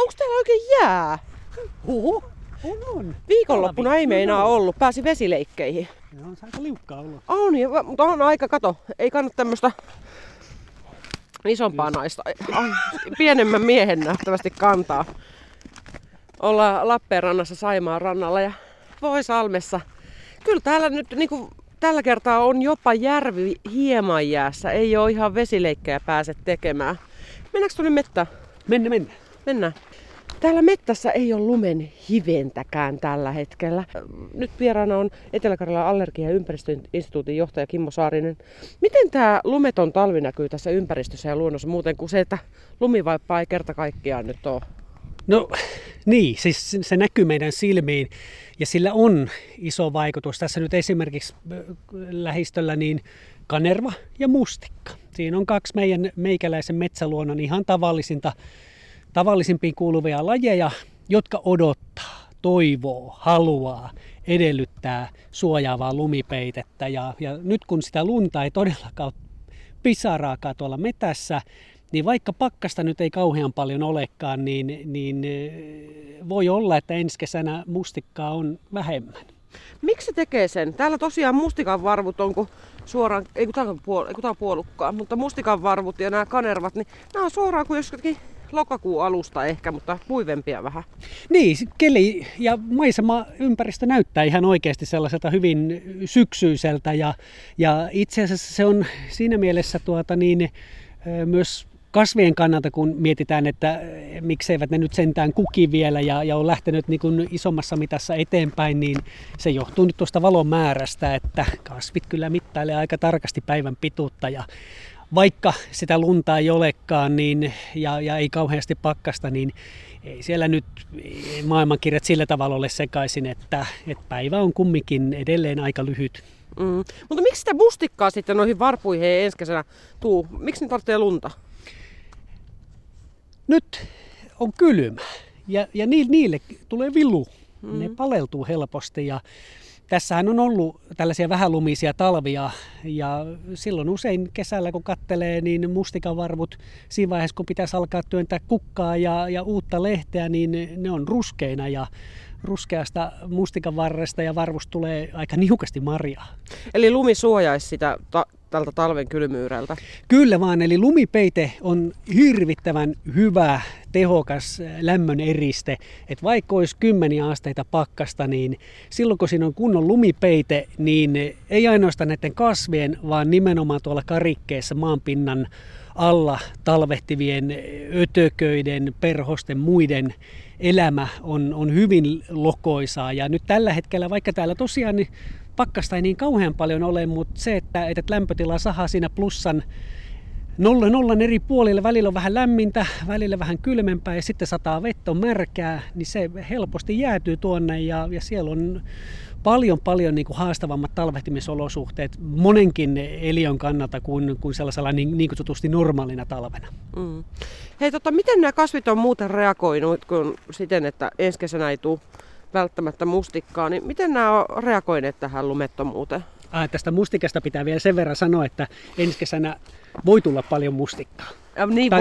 onko täällä oikein jää? On. Viikonloppuna ei meinaa ollut. Pääsi vesileikkeihin. On se aika liukkaa ollut. On, mutta on aika, kato. Ei kannata tämmöstä isompaa naista. Pienemmän miehen nähtävästi kantaa. Ollaan Lappeenrannassa Saimaan rannalla ja Voisalmessa. Kyllä täällä nyt niinku tällä kertaa on jopa järvi hieman jäässä. Ei ole ihan vesileikkejä pääse tekemään. Mennäänkö tuonne mettään? Mennään. Täällä mettässä ei ole lumen hiventäkään tällä hetkellä. Nyt vieraana on Etelä-Karjalan allergia- ja ympäristöinstituutin johtaja Kimmo Saarinen. Miten tämä lumeton talvi näkyy tässä ympäristössä ja luonnossa muuten kuin se, että lumivaippaa ei kerta kaikkiaan nyt ole? No niin, siis se näkyy meidän silmiin ja sillä on iso vaikutus. Tässä nyt esimerkiksi lähistöllä niin kanerva ja mustikka. Siinä on kaksi meikäläisen metsäluonnon ihan tavallisimpiin kuuluvia lajeja, jotka odottaa, toivoo, haluaa, edellyttää suojaavaa lumipeitettä. Ja nyt kun sitä lunta ei todellakaan pisaraakaan tuolla metässä, niin vaikka pakkasta nyt ei kauhean paljon olekaan, niin voi olla, että ensi kesänä mustikkaa on vähemmän. Miksi se tekee sen? Täällä tosiaan mustikan varvut on suoraan, tämä on puolukkaa, mutta mustikan varvut ja nämä kanervat, niin nämä on suoraan kuin jossakin lokakuun alusta ehkä, mutta kuivempia vähän. Niin, keli ja maisema-ympäristö näyttää ihan oikeasti sellaiselta hyvin syksyiseltä ja itse asiassa se on siinä mielessä myös kasvien kannalta, kun mietitään, että mikseivät ne nyt sentään kuki vielä ja on lähtenyt niin kuin isommassa mitassa eteenpäin, niin se johtuu nyt tuosta valon määrästä, että kasvit kyllä mittailee aika tarkasti päivän pituutta ja vaikka sitä lunta ei olekaan ja ei kauheasti pakkasta, niin ei siellä nyt maailmankirjat sillä tavalla ole sekaisin, että päivä on kumminkin edelleen aika lyhyt. Mutta miksi sitä mustikkaa sitten noihin varpuihin ei ensi kesänä tuu? Miksi ne tarvitsee lunta? Nyt on kylmä ja niille tulee vilu. Ne paleltuu helposti ja tässähän on ollut tällaisia vähälumisia talvia ja silloin usein kesällä kun kattelee, niin mustikanvarvut siinä vaiheessa kun pitäisi alkaa työntää kukkaa ja uutta lehteä, niin ne on ruskeina ja ruskeasta mustikanvarresta ja varvusta tulee aika niukasti marjaa. Eli lumi suojaisi sitä tältä talven kylmyyrältä? Kyllä vaan, eli lumipeite on hirvittävän hyvä, tehokas lämmön eriste. Et vaikka olisi 10 asteita pakkasta, niin silloin kun siinä on kunnon lumipeite, niin ei ainoastaan näiden kasvien, vaan nimenomaan tuolla karikkeessa maanpinnan alla talvehtivien ötököiden, perhosten, muiden elämä on hyvin lokoisaa. Ja nyt tällä hetkellä, vaikka täällä tosiaan niin pakkasta ei niin kauhean paljon ole, mutta se, että lämpötila sahaa siinä plussan nollan eri puolille, välillä on vähän lämmintä, välillä vähän kylmempää ja sitten sataa vettä, on märkää, niin se helposti jäätyy tuonne ja siellä on paljon niin kuin haastavammat talvehtimisolosuhteet monenkin eliön kannalta kuin sellaisella niin kutsutusti normaalina talvena. Hei, miten nämä kasvit on muuten reagoinut kun siten, että ensi kesänä ei tule välttämättä mustikkaa, niin miten nämä on reagoineet tähän lumettomuuteen? Tästä mustikasta pitää vielä sen verran sanoa, että ensi kesänä voi tulla paljon mustikkaa. Niin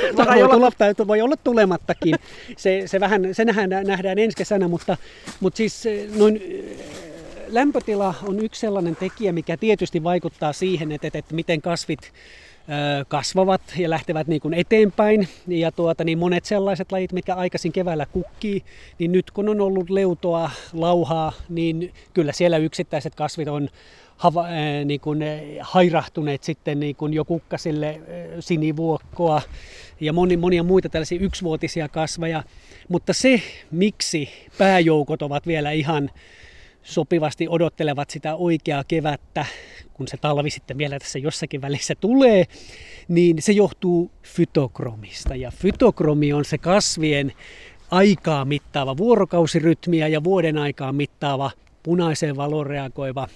voi olla tulemattakin. Se nähdään ensi kesänä, mutta siis noin lämpötila on yksi sellainen tekijä, mikä tietysti vaikuttaa siihen, että miten kasvit kasvavat ja lähtevät niin kuin eteenpäin. Ja niin monet sellaiset lajit, mitkä aikaisin keväällä kukkii, niin nyt kun on ollut leutoa, lauhaa, niin kyllä siellä yksittäiset kasvit on niin kuin hairahtuneet sitten niin kuin jo kukkasille, sinivuokkoa ja monia muita tällaisia yksivuotisia kasveja. Mutta se, miksi pääjoukot ovat vielä ihan sopivasti odottelevat sitä oikeaa kevättä, kun se talvi sitten vielä tässä jossakin välissä tulee, niin se johtuu fytokromista. Ja fytokromi on se kasvien aikaa mittaava vuorokausirytmiä ja vuoden aikaa mittaava punaiseen valoon reagoiva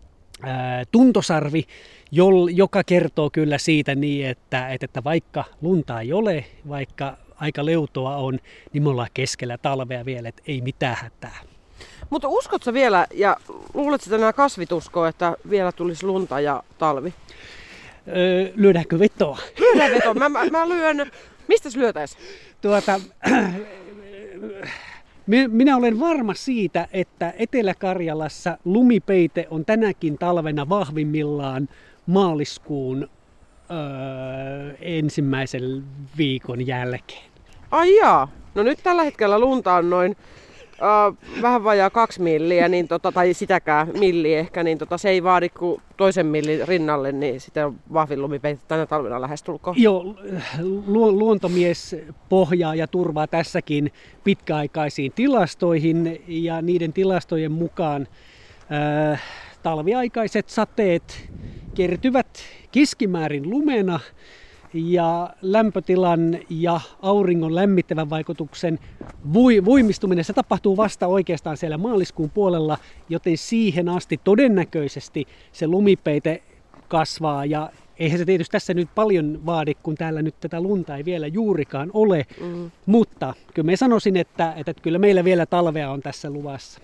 tuntosarvi, joka kertoo kyllä siitä niin, että vaikka lunta ei ole, vaikka aika leutoa on, niin me ollaan keskellä talvea vielä, että ei mitään hätää. Mutta uskotko vielä ja luuletko, että nämä kasvit uskoo, että vielä tulisi lunta ja talvi? Lyödäänkö vetoa? Lyödään vetoa. Mä lyön. Mistä lyötäis? Minä olen varma siitä, että Etelä-Karjalassa lumipeite on tänäkin talvena vahvimmillaan maaliskuun ensimmäisen viikon jälkeen. Ai jaa. No nyt tällä hetkellä lunta on noin vähän vajaa 2 milliä, niin tai sitäkään milliä ehkä, niin se ei vaadi kuin toisen millin rinnalle, niin sitä on vahvin lumipeite tänä talvena lähestulkoon. Joo, luontomies pohjaa ja turvaa tässäkin pitkäaikaisiin tilastoihin, ja niiden tilastojen mukaan talviaikaiset sateet kertyvät keskimäärin lumena, ja lämpötilan ja auringon lämmittävän vaikutuksen voimistuminen, se tapahtuu vasta oikeastaan siellä maaliskuun puolella, joten siihen asti todennäköisesti se lumipeite kasvaa. Ja eihän se tietysti tässä nyt paljon vaadi, kun täällä nyt tätä lunta ei vielä juurikaan ole, mutta kyllä mä sanoisin, että kyllä meillä vielä talvea on tässä luvassa.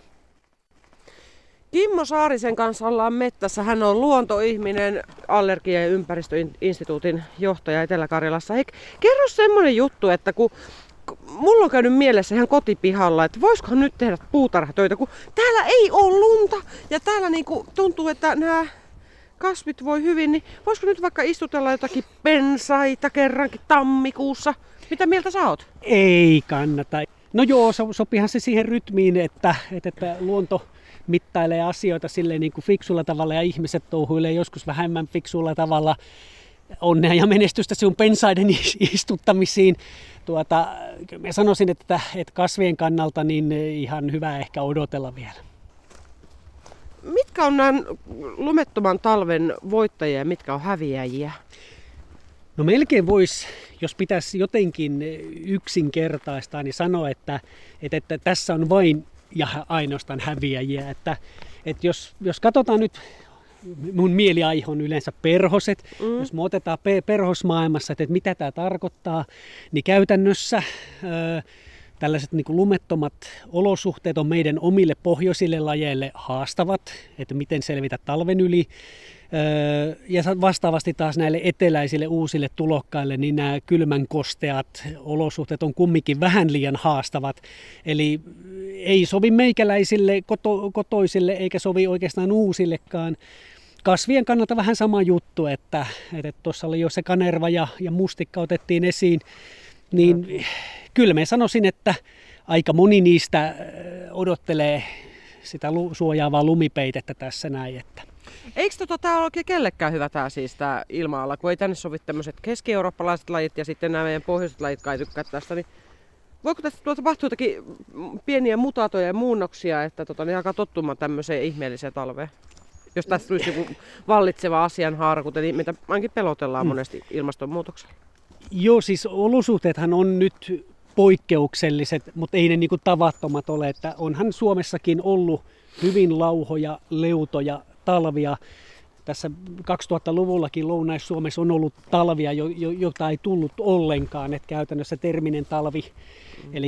Kimmo Saarisen kanssa ollaan mettässä. Hän on luontoihminen, Allergia- ja ympäristöinstituutin johtaja Etelä-Karjalassa. Hei, kerro semmoinen juttu, että kun mulla on käynyt mielessä ihan kotipihalla, että voisikohan nyt tehdä puutarhatöitä, kun täällä ei ole lunta ja täällä niinku tuntuu, että nämä kasvit voi hyvin, niin voisiko nyt vaikka istutella jotakin pensaita kerrankin tammikuussa? Mitä mieltä sä oot? Ei kannata. No joo, sopihan se siihen rytmiin, että luonto mittailee asioita silleen niin kuin fiksulla tavalla ja ihmiset touhuilee joskus vähemmän fiksulla tavalla. Onnea ja menestystä sinun pensaiden istuttamisiin. Mä sanoisin, että kasvien kannalta niin ihan hyvä ehkä odotella vielä. Mitkä on nämä lumettoman talven voittajia ja mitkä on häviäjiä? No melkein voisi, jos pitäisi jotenkin yksinkertaistaa, niin sanoa, että tässä on vain ja ainoastaan häviäjiä. Että jos katsotaan nyt, mun mieliaihe on yleensä perhoset. Jos me otetaan perhosmaailmassa, että mitä tämä tarkoittaa, niin käytännössä tällaiset niin kuin lumettomat olosuhteet on meidän omille pohjoisille lajeille haastavat, että miten selvitä talven yli. Ja vastaavasti taas näille eteläisille uusille tulokkaille, niin nämä kylmän kosteat olosuhteet on kumminkin vähän liian haastavat. Eli ei sovi meikäläisille kotoisille eikä sovi oikeastaan uusillekaan. Kasvien kannalta vähän sama juttu, että tuossa oli jo se kanerva ja mustikka otettiin esiin, niin kyllä mä sanoisin, että aika moni niistä odottelee sitä suojaavaa lumipeitettä tässä näin. Että. Eikö tämä ole oikein kellekään hyvä tämä ilma-ala, kun ei tänne sovi tämmöiset keski-eurooppalaiset lajit ja sitten nämä meidän pohjoiset lajit kai tykkää tästä, niin voiko tästä tapahtua jotakin pieniä mutaatoja ja muunnoksia, että ne alkaa tottumaan tämmöiseen ihmeelliseen talveen? Jos tässä tulisi joku vallitseva asianhaara, kuten meitä ainakin pelotellaan monesti ilmastonmuutoksella. Joo, siis olosuhteethan on nyt poikkeukselliset, mutta ei ne niinku tavattomat ole. Että onhan Suomessakin ollut hyvin lauhoja, leutoja talvia. Tässä 2000-luvullakin Lounais-Suomessa on ollut talvia, jota ei tullut ollenkaan. Että käytännössä terminen talvi, eli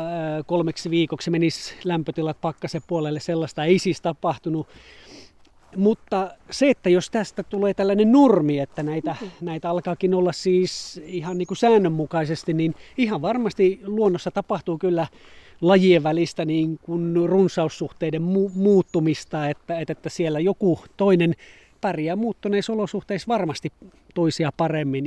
3 viikoksi menisi lämpötilat pakkasen puolelle, sellaista ei siis tapahtunut. Mutta se, että jos tästä tulee tällainen normi, että näitä alkaakin olla siis ihan niin kuin säännönmukaisesti, niin ihan varmasti luonnossa tapahtuu kyllä lajien välistä niin kuin runsaussuhteiden muuttumista, että siellä joku toinen pärjää muuttuneissa olosuhteissa varmasti toisia paremmin.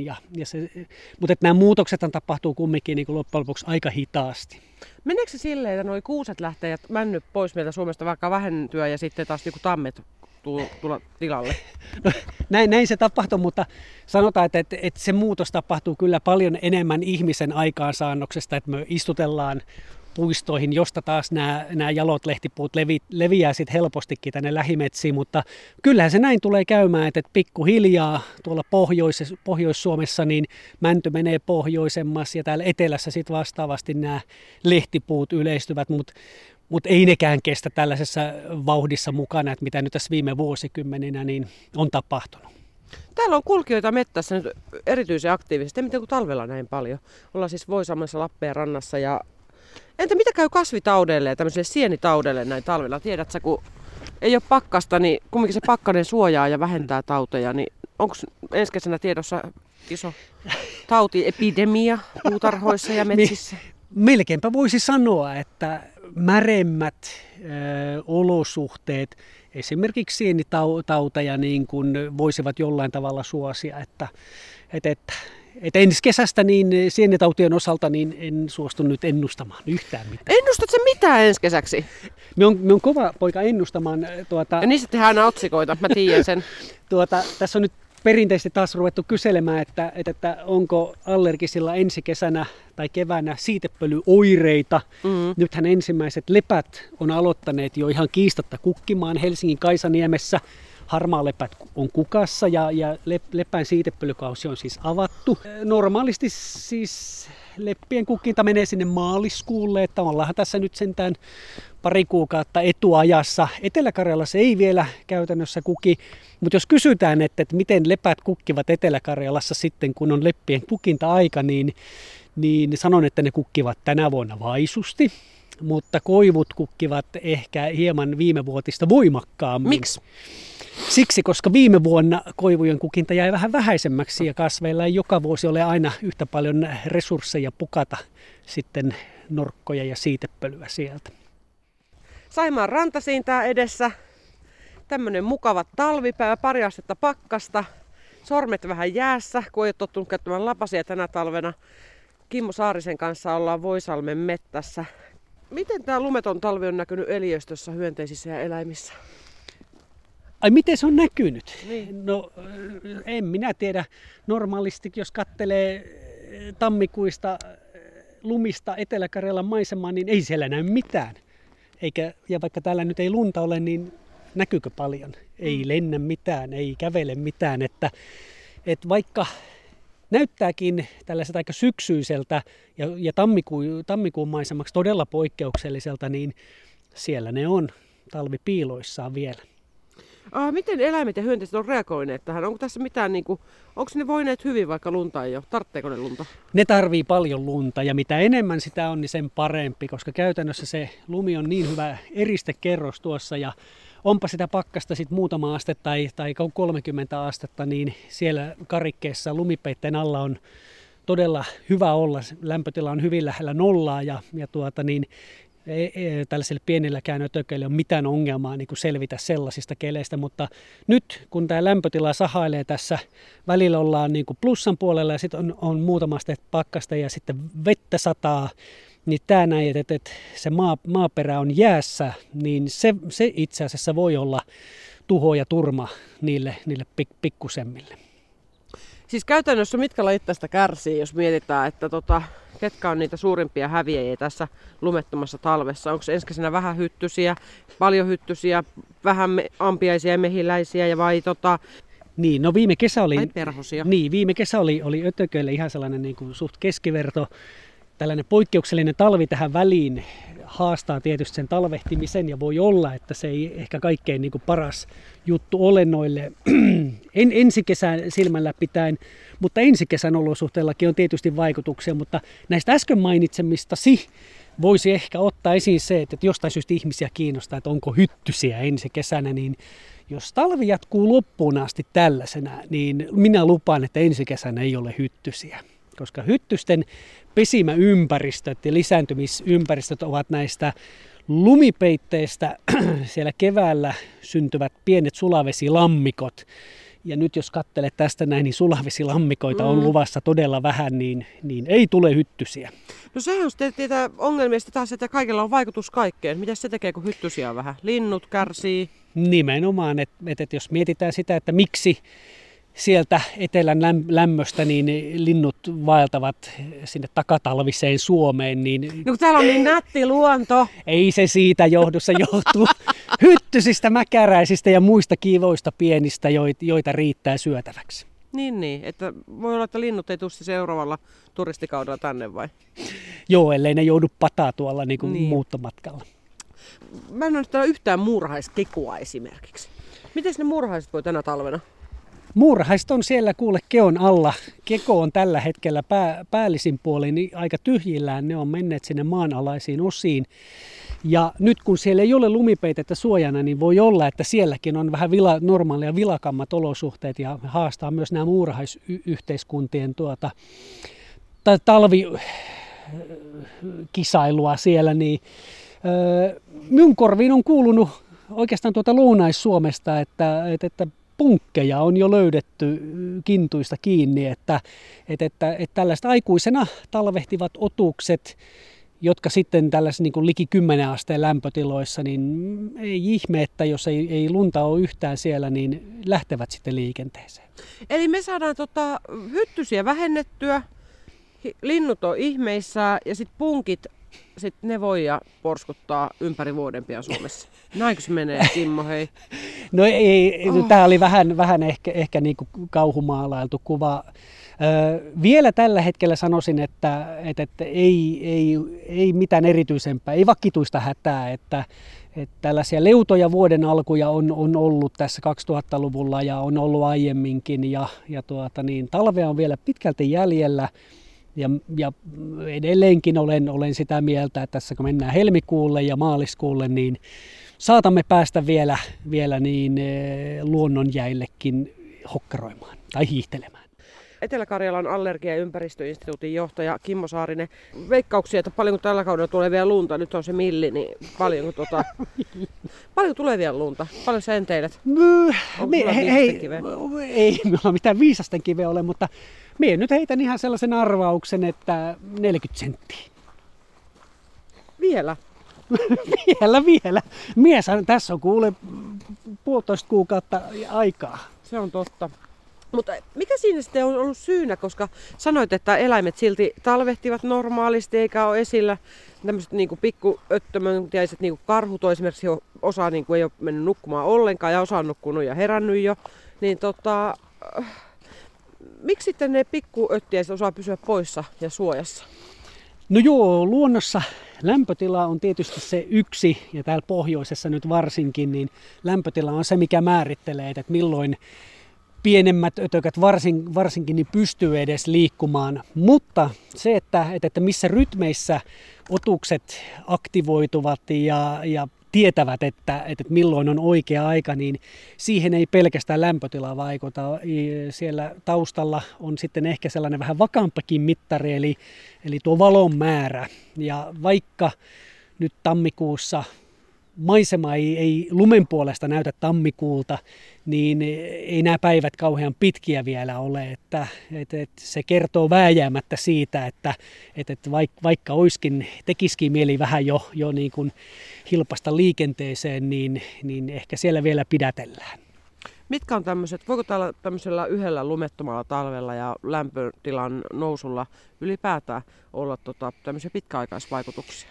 Mutta nämä muutoksethan tapahtuu kumminkin niin kuin loppujen lopuksi aika hitaasti. Meneekö se silleen, että nuo kuuset lähtee ja männyt pois meiltä Suomesta vaikka vähentyä ja sitten taas joku tammet tulla tilalle? No, näin se tapahtuu, mutta sanotaan, että se muutos tapahtuu kyllä paljon enemmän ihmisen aikaansaannoksesta, että me istutellaan puistoihin, josta taas nämä jalot lehtipuut leviää sit helpostikin tänne lähimetsiin, mutta kyllähän se näin tulee käymään, että pikkuhiljaa tuolla Pohjois-Suomessa niin mänty menee pohjoisemmassa ja täällä etelässä sitten vastaavasti nämä lehtipuut yleistyvät, mutta ei nekään kestä tällaisessa vauhdissa mukana, että mitä nyt tässä viime vuosikymmeninä niin on tapahtunut. Täällä on kulkijoita mettässä nyt erityisen aktiivisesti, miten kuin talvella näin paljon. Ollaan siis Voisalmessa Lappeenrannassa ja entä mitä käy kasvitaudeille ja tämmöisille sienitaudeille näin talvella? Tiedätkö, kun ei ole pakkasta, niin kumminkin se pakkanen suojaa ja vähentää tauteja, niin onko ensi kesänä tiedossa iso tautiepidemia puutarhoissa ja metsissä. Melkeinpä voisi sanoa, että märemmät olosuhteet, esimerkiksi sienitauteja, niin kuin voisivat jollain tavalla suosia, että ensi kesästä niin sienitautien osalta niin en suostu nyt ennustamaan yhtään mitään. Ennustatko mitään ensi kesäksi? Me on kova poika ennustamaan. Ja niistä tehdään aina otsikoita, mä tiedän sen. Tässä on nyt perinteisesti taas ruvettu kyselemään, että onko allergisilla ensi kesänä tai keväänä siitepölyoireita. Nythän ensimmäiset lepät on aloittaneet jo ihan kiistatta kukkimaan Helsingin Kaisaniemessä. Harmaalepät on kukassa ja lepän siitepölykausi on siis avattu. Normaalisti siis leppien kukkinta menee sinne maaliskuulle, että ollaanhan tässä nyt sentään pari kuukautta etuajassa. Etelä-Karjalassa ei vielä käytännössä kuki, mutta jos kysytään, että miten lepät kukkivat Etelä-Karjalassa sitten, kun on leppien kukinta-aika, niin sanon, että ne kukkivat tänä vuonna vaisusti, mutta koivut kukkivat ehkä hieman viimevuotista voimakkaammin. Miksi? Siksi, koska viime vuonna koivujen kukinta jäi vähän vähäisemmäksi ja kasveilla ei joka vuosi ole aina yhtä paljon resursseja pukata sitten norkkoja ja siitepölyä sieltä. Saimaan ranta siintää edessä. Tämmönen mukava talvipäivä, pari astetta pakkasta. Sormet vähän jäässä, kun ei ole tottunut käyttämään lapasia tänä talvena. Kimmo Saarisen kanssa ollaan Voisalmen mettässä. Miten tämä lumeton talvi on näkynyt eliöstössä, hyönteisissä ja eläimissä? Ai miten se on näkynyt? Niin. No en minä tiedä. Normaalisti jos kattelee tammikuista lumista Etelä-Karjalan maisemaa, niin ei siellä näy mitään. Ja vaikka täällä nyt ei lunta ole, niin näkyykö paljon? Ei lennä mitään, ei kävele mitään. Että vaikka näyttääkin tällaiset aika syksyiseltä ja tammikuun maisemaksi todella poikkeukselliselta, niin siellä ne on talvipiiloissaan vielä. Miten eläimet ja hyönteiset on reagoineet tähän? Onko tässä mitään, onko ne voineet hyvin, vaikka lunta ei ole? Tarvitseeko ne lunta? Ne tarvii paljon lunta ja mitä enemmän sitä on, niin sen parempi, koska käytännössä se lumi on niin hyvä eristekerros tuossa ja onpa sitä pakkasta sitten muutama aste tai 30 astetta, niin siellä karikkeessa lumipeitteen alla on todella hyvä olla. Lämpötila on hyvin lähellä nollaa ja tällaiselle pienelläkään ötököille on mitään ongelmaa niin kuin selvitä sellaisista keleistä, mutta nyt kun tämä lämpötila sahailee tässä, välillä ollaan niin kuin plussan puolella ja sitten on muutama aste pakkasta ja sitten vettä sataa, niin tämä näin, että se maaperä on jäässä, niin se itse asiassa voi olla tuho ja turma niille pikkusemmille. Siis käytännössä mitkä lajit tästä kärsii, jos mietitään, että ketkä on niitä suurimpia häviäjiä tässä lumettomassa talvessa? Onko ensi kesänä vähän hyttysiä, paljon hyttysiä, vähän ampiaisia ja mehiläisiä vai Niin, no viime kesä oli perhosia? Niin, viime kesä oli ötököille ihan sellainen niin kuin suht keskiverto. Tällainen poikkeuksellinen talvi tähän väliin haastaa tietysti sen talvehtimisen ja voi olla, että se ei ehkä kaikkein niin kuin paras juttu ole noille ensi kesän silmällä pitäen, mutta ensi kesän olosuhteillakin on tietysti vaikutuksia, mutta näistä äsken mainitsemistasi voisi ehkä ottaa esiin se, että jostain syystä ihmisiä kiinnostaa, että onko hyttysiä ensi kesänä, niin jos talvi jatkuu loppuun asti tällaisena, niin minä lupaan, että ensi kesänä ei ole hyttysiä, koska hyttysten pesimäympäristöt ja lisääntymisympäristöt ovat näistä lumipeitteistä siellä keväällä syntyvät pienet sulavesilammikot. Ja nyt jos katselet tästä näin, niin sulavesilammikoita on luvassa todella vähän, niin ei tule hyttysiä. No sehän on sitten ongelmia taas, että kaikilla on vaikutus kaikkeen. Mitä se tekee, kun hyttysiä on vähän? Linnut kärsii. Nimenomaan, että jos mietitään sitä, että miksi sieltä etelän lämmöstä niin linnut vaeltavat sinne takatalviseen Suomeen. Niin no kun täällä on niin nätti luonto. Ei se siitä johdu, se johtuu hyttysistä, mäkäräisistä ja muista kivoista pienistä, joita riittää syötäväksi. Niin, että voi olla, että linnut ei tule seuraavalla turistikaudella tänne vai? Joo, ellei ne joudu pataa tuolla niin kuin muuttomatkalla. Mä en ole täällä yhtään muurahaiskekua esimerkiksi. Miten ne muurahaiset voi tänä talvena? Muurahaiset on siellä kuule keon alla. Keko on tällä hetkellä päällisin puolin niin aika tyhjillään. Ne on menneet sinne maanalaisiin osiin. Ja nyt kun siellä ei ole lumipeitettä suojana, niin voi olla, että sielläkin on vähän normaalia vilakammat olosuhteet ja haastaa myös nämä muurahaisyhteiskuntien talvikisailua siellä. Niin, minun korviin on kuulunut oikeastaan Lounais-Suomesta, että punkkeja on jo löydetty kintuista kiinni, että tällaiset aikuisena talvehtivat otukset, jotka sitten tällaisissa niin kuin liki 10 asteen lämpötiloissa, niin ei ihme, että jos ei lunta ole yhtään siellä, niin lähtevät sitten liikenteeseen. Eli me saadaan hyttysiä vähennettyä, linnut on ihmeissään ja sitten punkit, ne voi ja porskuttaa ympäri vuoden pian Suomessa. Näinkö se menee, Kimmo, hei? No ei, tämä oli vähän ehkä niin kuin kauhumaalailtu kuva. Vielä tällä hetkellä sanoisin, että ei mitään erityisempää, ei vakituista hätää, että tällaisia leutoja vuoden alkuja on ollut tässä 2000-luvulla ja on ollut aiemminkin ja talvea on vielä pitkälti jäljellä. Ja edelleenkin olen sitä mieltä, että tässä kun mennään helmikuulle ja maaliskuulle, niin saatamme päästä vielä niin luonnonjäillekin hokkaroimaan tai hiihtelemään. Etelä-Karjalan allergia- ja ympäristöinstituutin johtaja Kimmo Saarinen. Veikkauksia, että paljonko tällä kaudella tulee vielä lunta, nyt on se milli, niin paljonko paljon tulee vielä lunta? Paljon sä enteilet? Ei minulla mitään viisasten kiveä ole, mutta minä nyt heitän ihan sellaisen arvauksen, että 40 senttiä. Vielä? Vielä. Tässä on kuule 1,5 kuukautta aikaa. Se on totta. Mutta mikä siinä sitten on ollut syynä, koska sanoit, että eläimet silti talvehtivat normaalisti eikä ole esillä tämmöiset niinku pikkuöttömöntiäiset niinku karhut on esimerkiksi osa niinku ei ole mennyt nukkumaan ollenkaan ja osa on nukkunut ja herännyt jo, niin miksi sitten ne pikkuöttiäiset osaa pysyä poissa ja suojassa? No joo, luonnossa lämpötila on tietysti se yksi, ja täällä pohjoisessa nyt varsinkin, niin lämpötila on se, mikä määrittelee, että milloin pienemmät ötökät varsinkin niin pystyy edes liikkumaan. Mutta se, että missä rytmeissä otukset aktivoituvat ja tietävät, että milloin on oikea aika, niin siihen ei pelkästään lämpötila vaikuta. Siellä taustalla on sitten ehkä sellainen vähän vakaampakin mittari, eli tuo valon määrä. Ja vaikka nyt tammikuussa maisema ei lumen puolesta näytä tammikuulta, niin ei nämä päivät kauhean pitkiä vielä ole. Että se kertoo vääjäämättä siitä, että vaikka tekisikin mieli vähän jo niin kuin hilpasta liikenteeseen, niin ehkä siellä vielä pidätellään. Mitkä on voiko täällä tämmöisellä yhdellä lumettomalla talvella ja lämpötilan nousulla ylipäätään olla tämmöisiä pitkäaikaisvaikutuksia?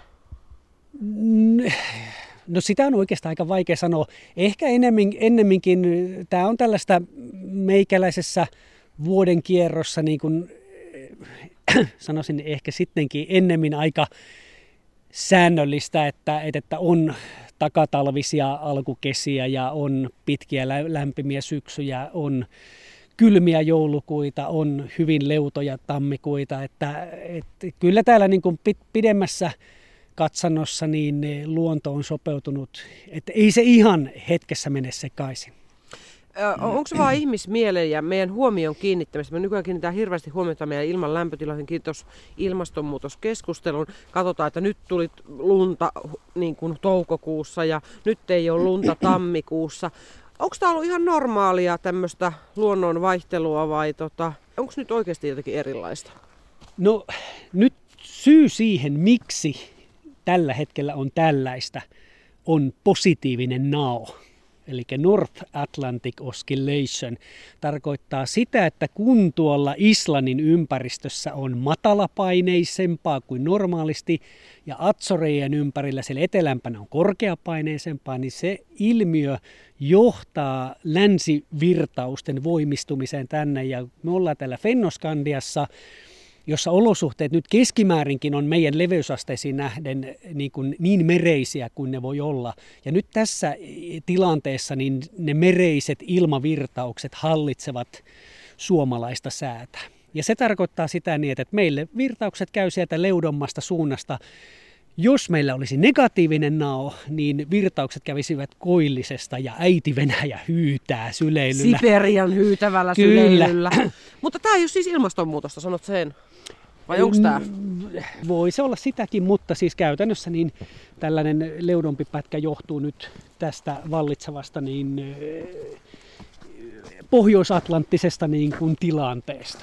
No sitä on oikeastaan aika vaikea sanoa. Ehkä ennemminkin tämä on tällaista meikäläisessä vuoden kierrossa, niin kuin sanoisin ehkä sittenkin ennemmin aika säännöllistä, että on takatalvisia alkukesiä ja on pitkiä lämpimiä syksyjä, on kylmiä joulukuita, on hyvin leutoja tammikuita. Että kyllä täällä niin kuin pidemmässä katsannossa niin luonto on sopeutunut, että ei se ihan hetkessä mene sekaisin. Onko se vaan ihmismielen ja meidän huomion kiinnittämistä? Me nykyään kiinnitetään hirveästi huomiota meidän ilman lämpötiloihin. Kiitos ilmastonmuutoskeskustelun. Katsotaan, että nyt tuli lunta niin kuin toukokuussa ja nyt ei ole lunta tammikuussa. Onko tämä ollut ihan normaalia tämmöistä luonnon vaihtelua vai onko nyt oikeasti jotenkin erilaista? No nyt syy siihen, miksi tällä hetkellä on tällaista, on positiivinen nao. Eli North Atlantic Oscillation tarkoittaa sitä, että kun tuolla Islannin ympäristössä on matalapaineisempaa kuin normaalisti ja Azoreien ympärillä siellä etelämpänä on korkeapaineisempaa, niin se ilmiö johtaa länsivirtausten voimistumiseen tänne. Ja me ollaan täällä Fennoskandiassa, jossa olosuhteet nyt keskimäärinkin on meidän leveysasteisiin nähden niin mereisiä kuin ne voi olla. Ja nyt tässä tilanteessa niin ne mereiset ilmavirtaukset hallitsevat suomalaista säätä. Ja se tarkoittaa sitä niin, että meille virtaukset käy sieltä leudommasta suunnasta Jos meillä olisi negatiivinen nao, niin virtaukset kävisivät koillisesta ja äiti Venäjä hyytää syleilyllä. Siperian hyytävällä syleilyllä. Mutta tämä ei ole siis ilmastonmuutosta, sanot sen. Vai onko tämä? Voi se olla sitäkin, mutta siis käytännössä niin tällainen leudompi pätkä johtuu nyt tästä vallitsevasta niin pohjoisatlanttisesta niin kuin tilanteesta.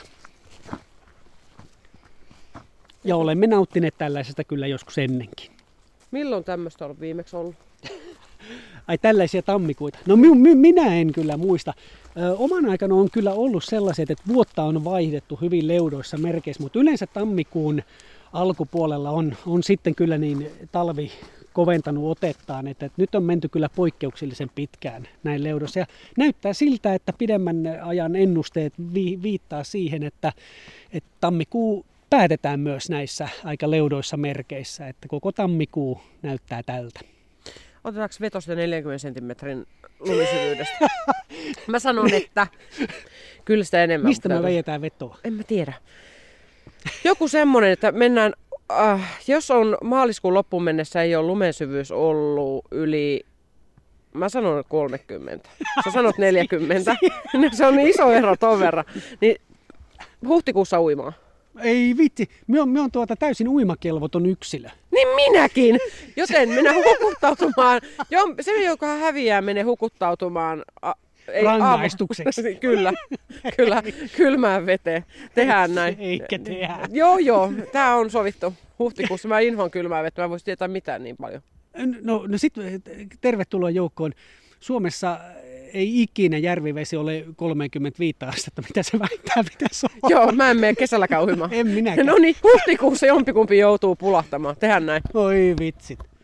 Ja olemme nauttineet tällaisesta kyllä joskus ennenkin. Milloin tämmöistä on viimeksi ollut? Ai tällaisia tammikuita. No minä en kyllä muista. Oman aikana on kyllä ollut sellaiset, että vuotta on vaihdettu hyvin leudoissa merkeissä, mutta yleensä tammikuun alkupuolella on sitten kyllä niin talvi koventanut otettaan, että nyt on menty kyllä poikkeuksellisen pitkään näin leudossa. Ja näyttää siltä, että pidemmän ajan ennusteet viittaa siihen, että tammikuu päätetään myös näissä aika leudoissa merkeissä, että koko tammikuu näyttää tältä. Otetaanko vetosta 40 senttimetrin lumisyvyydestä? Mä sanon, että kyllä sitä enemmän. Mistä me väijätään vetoa? En mä tiedä. Joku semmonen, että mennään, jos on maaliskuun loppuun mennessä ei ole lumen syvyys ollut yli, mä sanon 30. Sä sanot 40. Se on niin iso ero ton verran. Niin huhtikuussa uimaan. Ei vitsi, me on täysin uimakelvoton yksilö. Niin minäkin! Joten mennään hukuttautumaan. Se, joka häviää, menee hukuttautumaan. Rangaistukseksi. Kyllä, kylmään veteen. Tehdään näin. Eikä tehdä. Joo, tää on sovittu huhtikuussa. Mä inhoan kylmää vettä, mä en voisi tietää mitään niin paljon. No sitten tervetuloa joukkoon. Suomessa ei ikinä järvivesi ole 35 astetta, mitä se väittää pitäisi olla. Joo, mä en mene kesälläkään uimaan. En minäkään. No niin, huhtikuussa jompikumpi joutuu pulahtamaan. Tehdään näin. Oi vitsit.